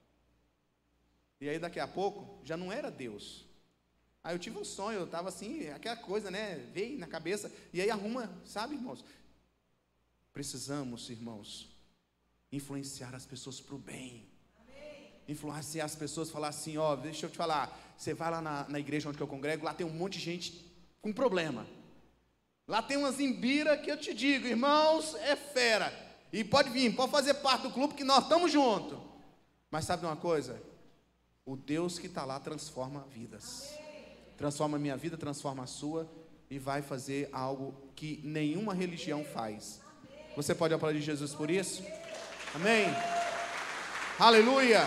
E aí daqui a pouco, já não era Deus. Eu tive um sonho, eu estava assim, aquela coisa, né? Veio na cabeça. E aí arruma, sabe, irmãos? Precisamos, irmãos, influenciar as pessoas para o bem. Influenciar as pessoas, falar assim, deixa eu te falar, você vai lá na igreja onde eu congrego, lá tem um monte de gente com problema, lá tem umas imbiras que eu te digo, irmãos, é fera, e pode vir, pode fazer parte do clube que nós estamos juntos, mas sabe de uma coisa? O Deus que está lá transforma vidas, transforma a minha vida, transforma a sua, e vai fazer algo que nenhuma religião faz. Você pode aplaudir Jesus por isso? Amém? Aleluia!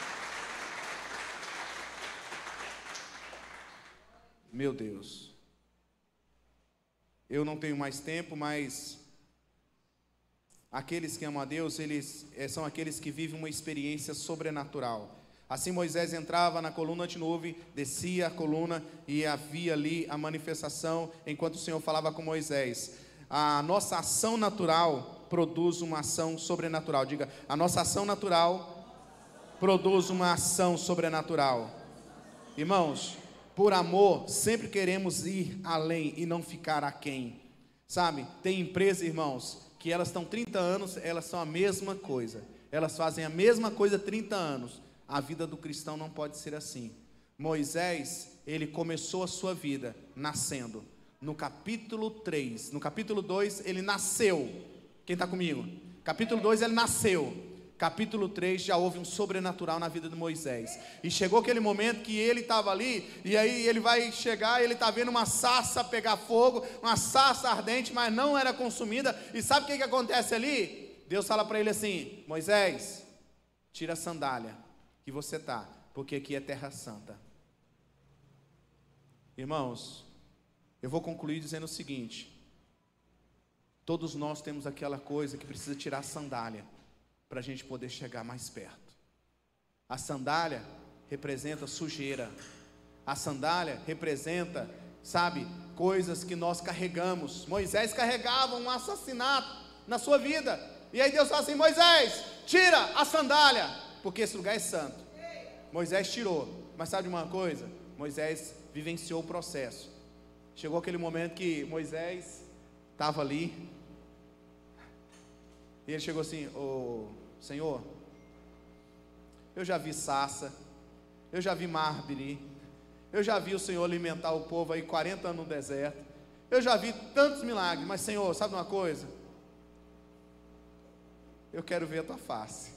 Meu Deus, eu não tenho mais tempo, mas aqueles que amam a Deus, eles são aqueles que vivem uma experiência sobrenatural. Assim Moisés entrava na coluna de nuvem, descia a coluna e havia ali a manifestação enquanto o Senhor falava com Moisés. A nossa ação natural produz uma ação sobrenatural. Diga, a nossa ação natural produz uma ação sobrenatural. Irmãos, por amor, sempre queremos ir além e não ficar aquém. Sabe, tem empresas, irmãos, que elas estão 30 anos, elas são a mesma coisa. Elas fazem a mesma coisa 30 anos. A vida do cristão não pode ser assim. Moisés, ele começou a sua vida nascendo. No capítulo 3, no capítulo 2, ele nasceu. Quem está comigo? Capítulo 2, ele nasceu. Capítulo 3, já houve um sobrenatural na vida de Moisés. E chegou aquele momento que ele estava ali, e aí ele vai chegar, ele está vendo uma sarça pegar fogo, uma sarça ardente, mas não era consumida. E sabe o que acontece ali? Deus fala para ele assim: Moisés, tira a sandália que você está, porque aqui é terra santa. Irmãos, eu vou concluir dizendo o seguinte: todos nós temos aquela coisa que precisa tirar a sandália, para a gente poder chegar mais perto. A sandália representa sujeira. A sandália representa, sabe, coisas que nós carregamos. Moisés carregava um assassinato na sua vida. E aí Deus fala assim: Moisés, tira a sandália, porque esse lugar é santo. Moisés tirou. Mas sabe de uma coisa? Moisés vivenciou o processo. Chegou aquele momento que Moisés estava ali, e ele chegou assim: ô Senhor, eu já vi sarça, eu já vi mármore, eu já vi o Senhor alimentar o povo aí 40 anos no deserto, eu já vi tantos milagres, mas Senhor, sabe uma coisa? Eu quero ver a tua face.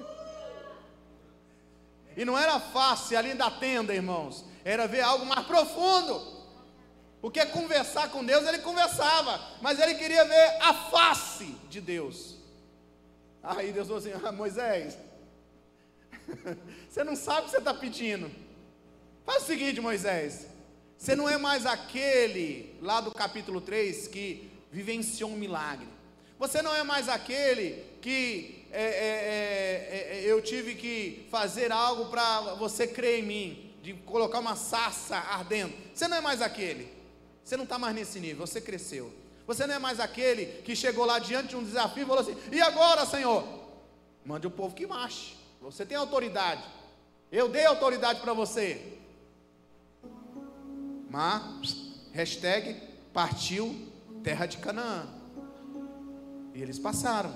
E não era face ali da tenda, irmãos, era ver algo mais profundo. Porque conversar com Deus, ele conversava, mas ele queria ver a face de Deus. Aí Deus falou assim: Moisés, você não sabe o que você está pedindo. Faz o seguinte, Moisés, você não é mais aquele lá do capítulo 3 que vivenciou um milagre. Você não é mais aquele que eu tive que fazer algo para você crer em mim, de colocar uma sarça ardendo. Você não é mais aquele. Você não está mais nesse nível, você cresceu. Você não é mais aquele que chegou lá diante de um desafio e falou assim: e agora, Senhor? Mande o povo que marche. Você tem autoridade. Eu dei autoridade para você. Mas, hashtag, partiu terra de Canaã. E eles passaram.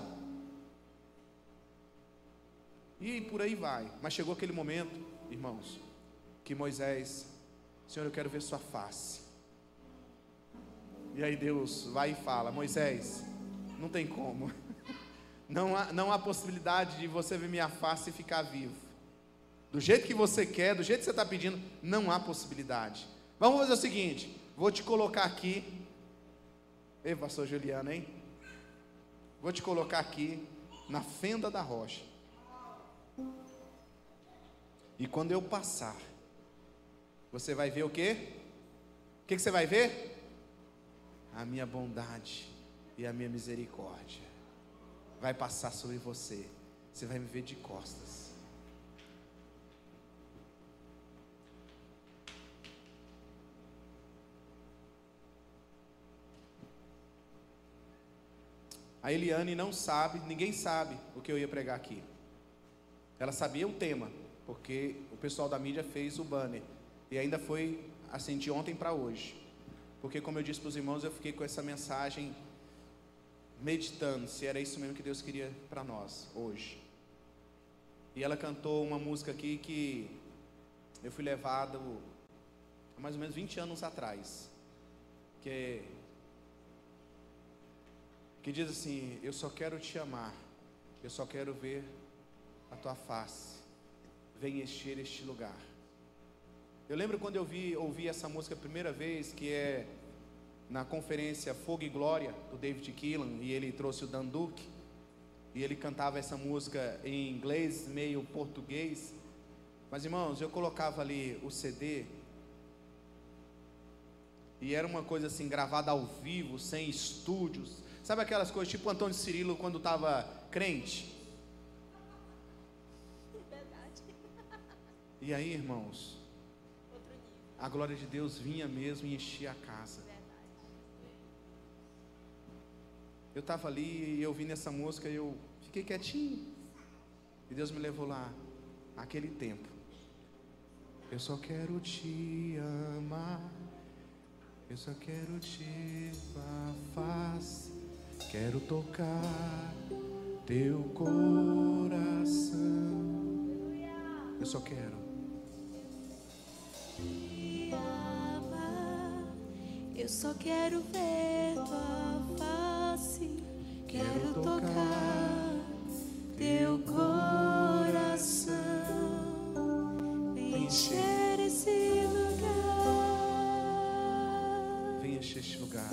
E por aí vai. Mas chegou aquele momento, irmãos, que Moisés: Senhor, eu quero ver sua face. E aí Deus vai e fala: Moisés, não tem como. Não há possibilidade de você ver minha face e ficar vivo. Do jeito que você quer, do jeito que você está pedindo, não há possibilidade. Vamos fazer o seguinte: vou te colocar aqui. Ei, pastor Juliano, hein? Vou te colocar aqui na fenda da rocha. E quando eu passar, você vai ver o quê? O que você vai ver? A minha bondade e a minha misericórdia vai passar sobre você. Você vai me ver de costas. A Eliane não sabe, ninguém sabe o que eu ia pregar aqui. Ela sabia o tema, porque o pessoal da mídia fez o banner. E ainda foi assim de ontem para hoje. Porque, como eu disse para os irmãos, eu fiquei com essa mensagem meditando se era isso mesmo que Deus queria para nós hoje. E ela cantou uma música aqui que eu fui levado há mais ou menos 20 anos atrás, que diz assim: eu só quero te amar, eu só quero ver a tua face, vem encher este lugar. Eu lembro quando eu ouvi essa música a primeira vez, que é na conferência Fogo e Glória, do David Keelan, e ele trouxe o Dan Duke, e ele cantava essa música em inglês, meio português. Mas, irmãos, eu colocava ali o CD, e era uma coisa assim, gravada ao vivo, sem estúdios. Sabe aquelas coisas tipo Antônio Cirilo quando estava crente? E aí, irmãos, a glória de Deus vinha mesmo e enchia a casa. Eu estava ali e eu vi nessa música e eu fiquei quietinho. E Deus me levou lá, aquele tempo. Eu só quero te amar, eu só quero te ver a face, quero tocar teu coração. Eu só quero te amar, eu só quero ver tua face, quero tocar teu coração, vem encher esse lugar, vem encher este lugar.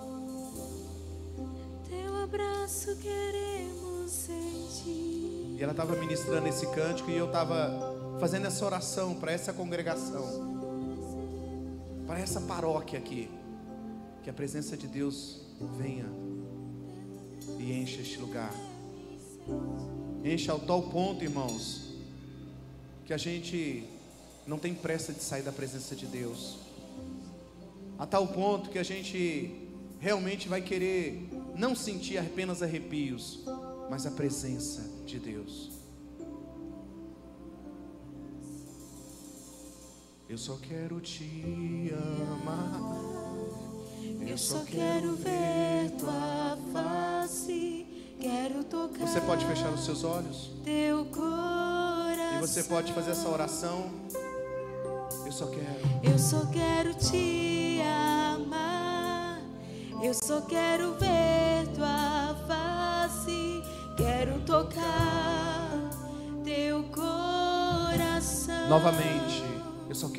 Teu abraço queremos sentir. E ela estava ministrando esse cântico e eu estava fazendo essa oração para essa congregação, para essa paróquia aqui, que a presença de Deus venha e encha este lugar. Encha ao tal ponto, irmãos, que a gente não tem pressa de sair da presença de Deus, a tal ponto que a gente realmente vai querer não sentir apenas arrepios, mas a presença de Deus. Eu só quero te amar, eu só quero ver tua face, quero tocar. Você pode fechar os seus olhos teu coração. e você pode fazer essa oração. Eu só quero te amar, eu só quero ver tua face, quero tocar teu coração. Novamente, eu só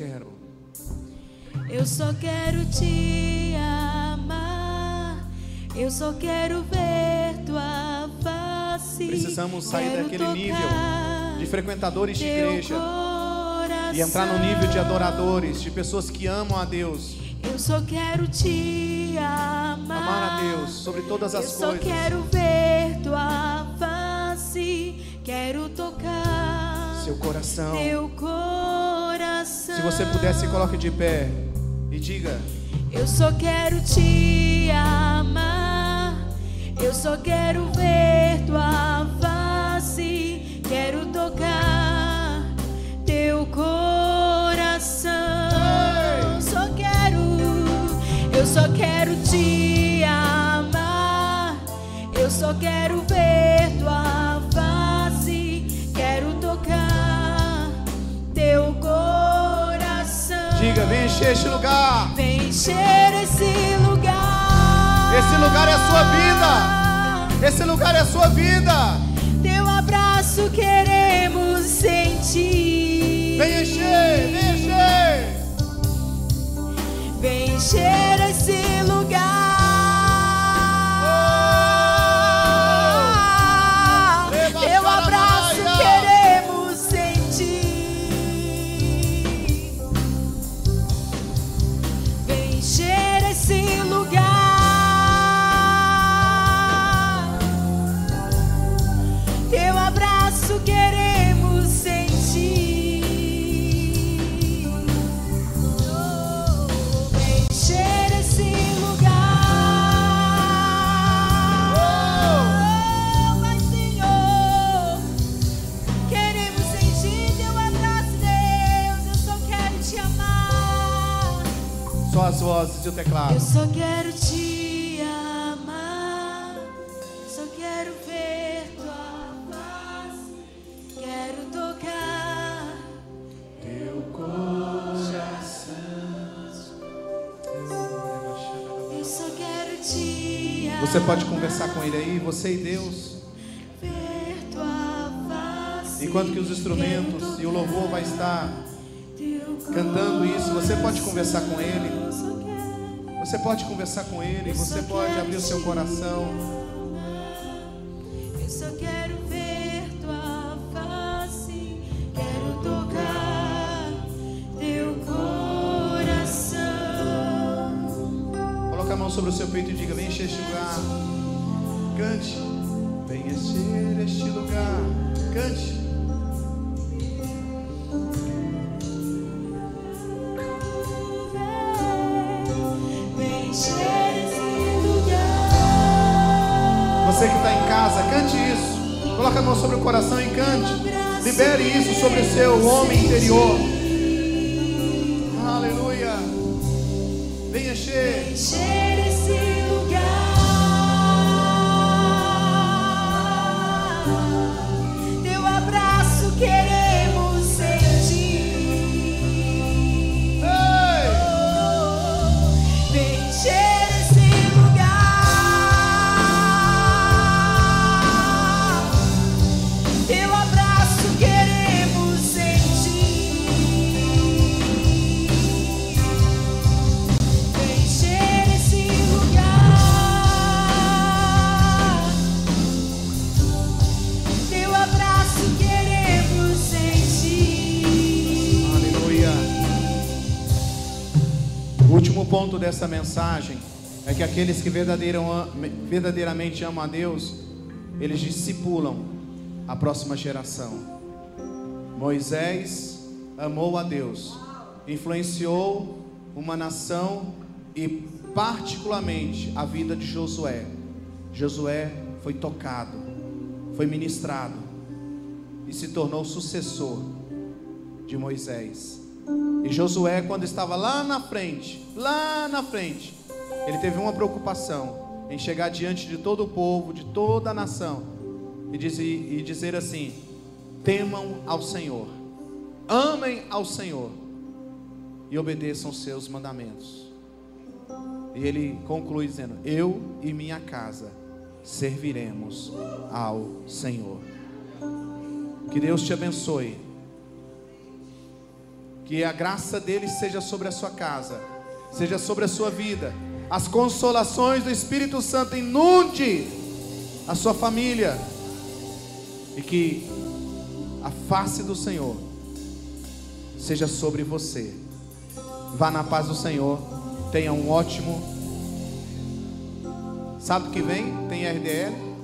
quero te amar, eu só quero ver tua face. Precisamos sair quero daquele nível de frequentadores de teu igreja coração. e entrar no nível de adoradores, de pessoas que amam a Deus. Eu só quero te Amar a Deus sobre todas as coisas. Eu só quero ver tua face, quero tocar seu coração. teu coração. Se você puder, se coloque de pé e diga: eu só quero te amar, eu só quero ver tua face, quero tocar teu coração. Eu só quero te amar, eu só quero ver tua face, quero tocar teu coração. Diga: vem encher este lugar. Vem encher esse lugar. Esse lugar é a sua vida. Esse lugar é a sua vida. Teu abraço queremos sentir. Vem encher, vem encher. Vem encher esse lugar. Teu abraço queremos sentir. Vem encher esse lugar. Teu abraço queremos sentir. Só as vozes e o teclado. Eu só quero te amar, só quero ver tua face, quero tocar teu coração. Eu só quero te amar. Você pode conversar com ele aí, você e Deus. Ver tua face, enquanto que os instrumentos e o louvor vai estar cantando isso, você pode conversar com ele. Você pode conversar com ele. Você pode abrir o seu coração. Eu só quero ver tua face, quero tocar teu coração. Coloca a mão sobre o seu peito e diga: vem encher este lugar. Cante. Vem encher este lugar. Cante. Você que está em casa, cante isso. Coloque a mão sobre o coração e cante. Libere isso sobre o seu homem interior. Aleluia. Venha encher esse lugar. Teu abraço queremos sentir. Ei! Vem encher esse lugar. Teu abraço queremos sentir. Vem encher esse lugar. Teu abraço queremos sentir. Aleluia. O último ponto dessa mensagem é que aqueles que verdadeiramente amam a Deus, eles discipulam a próxima geração. Moisés amou a Deus, influenciou uma nação e particularmente a vida de Josué. Josué foi tocado, foi ministrado e se tornou sucessor de Moisés. E Josué, quando estava lá na frente, ele teve uma preocupação em chegar diante de todo o povo, de toda a nação, e dizer assim: temam ao Senhor, amem ao Senhor e obedeçam os seus mandamentos. E ele conclui dizendo: eu e minha casa serviremos ao Senhor. Que Deus te abençoe. Que a graça dele seja sobre a sua casa, seja sobre a sua vida. As consolações do Espírito Santo inunde a sua família. E que a face do Senhor seja sobre você. Vá na paz do Senhor. Tenha um ótimo sábado que vem. Tem RDL.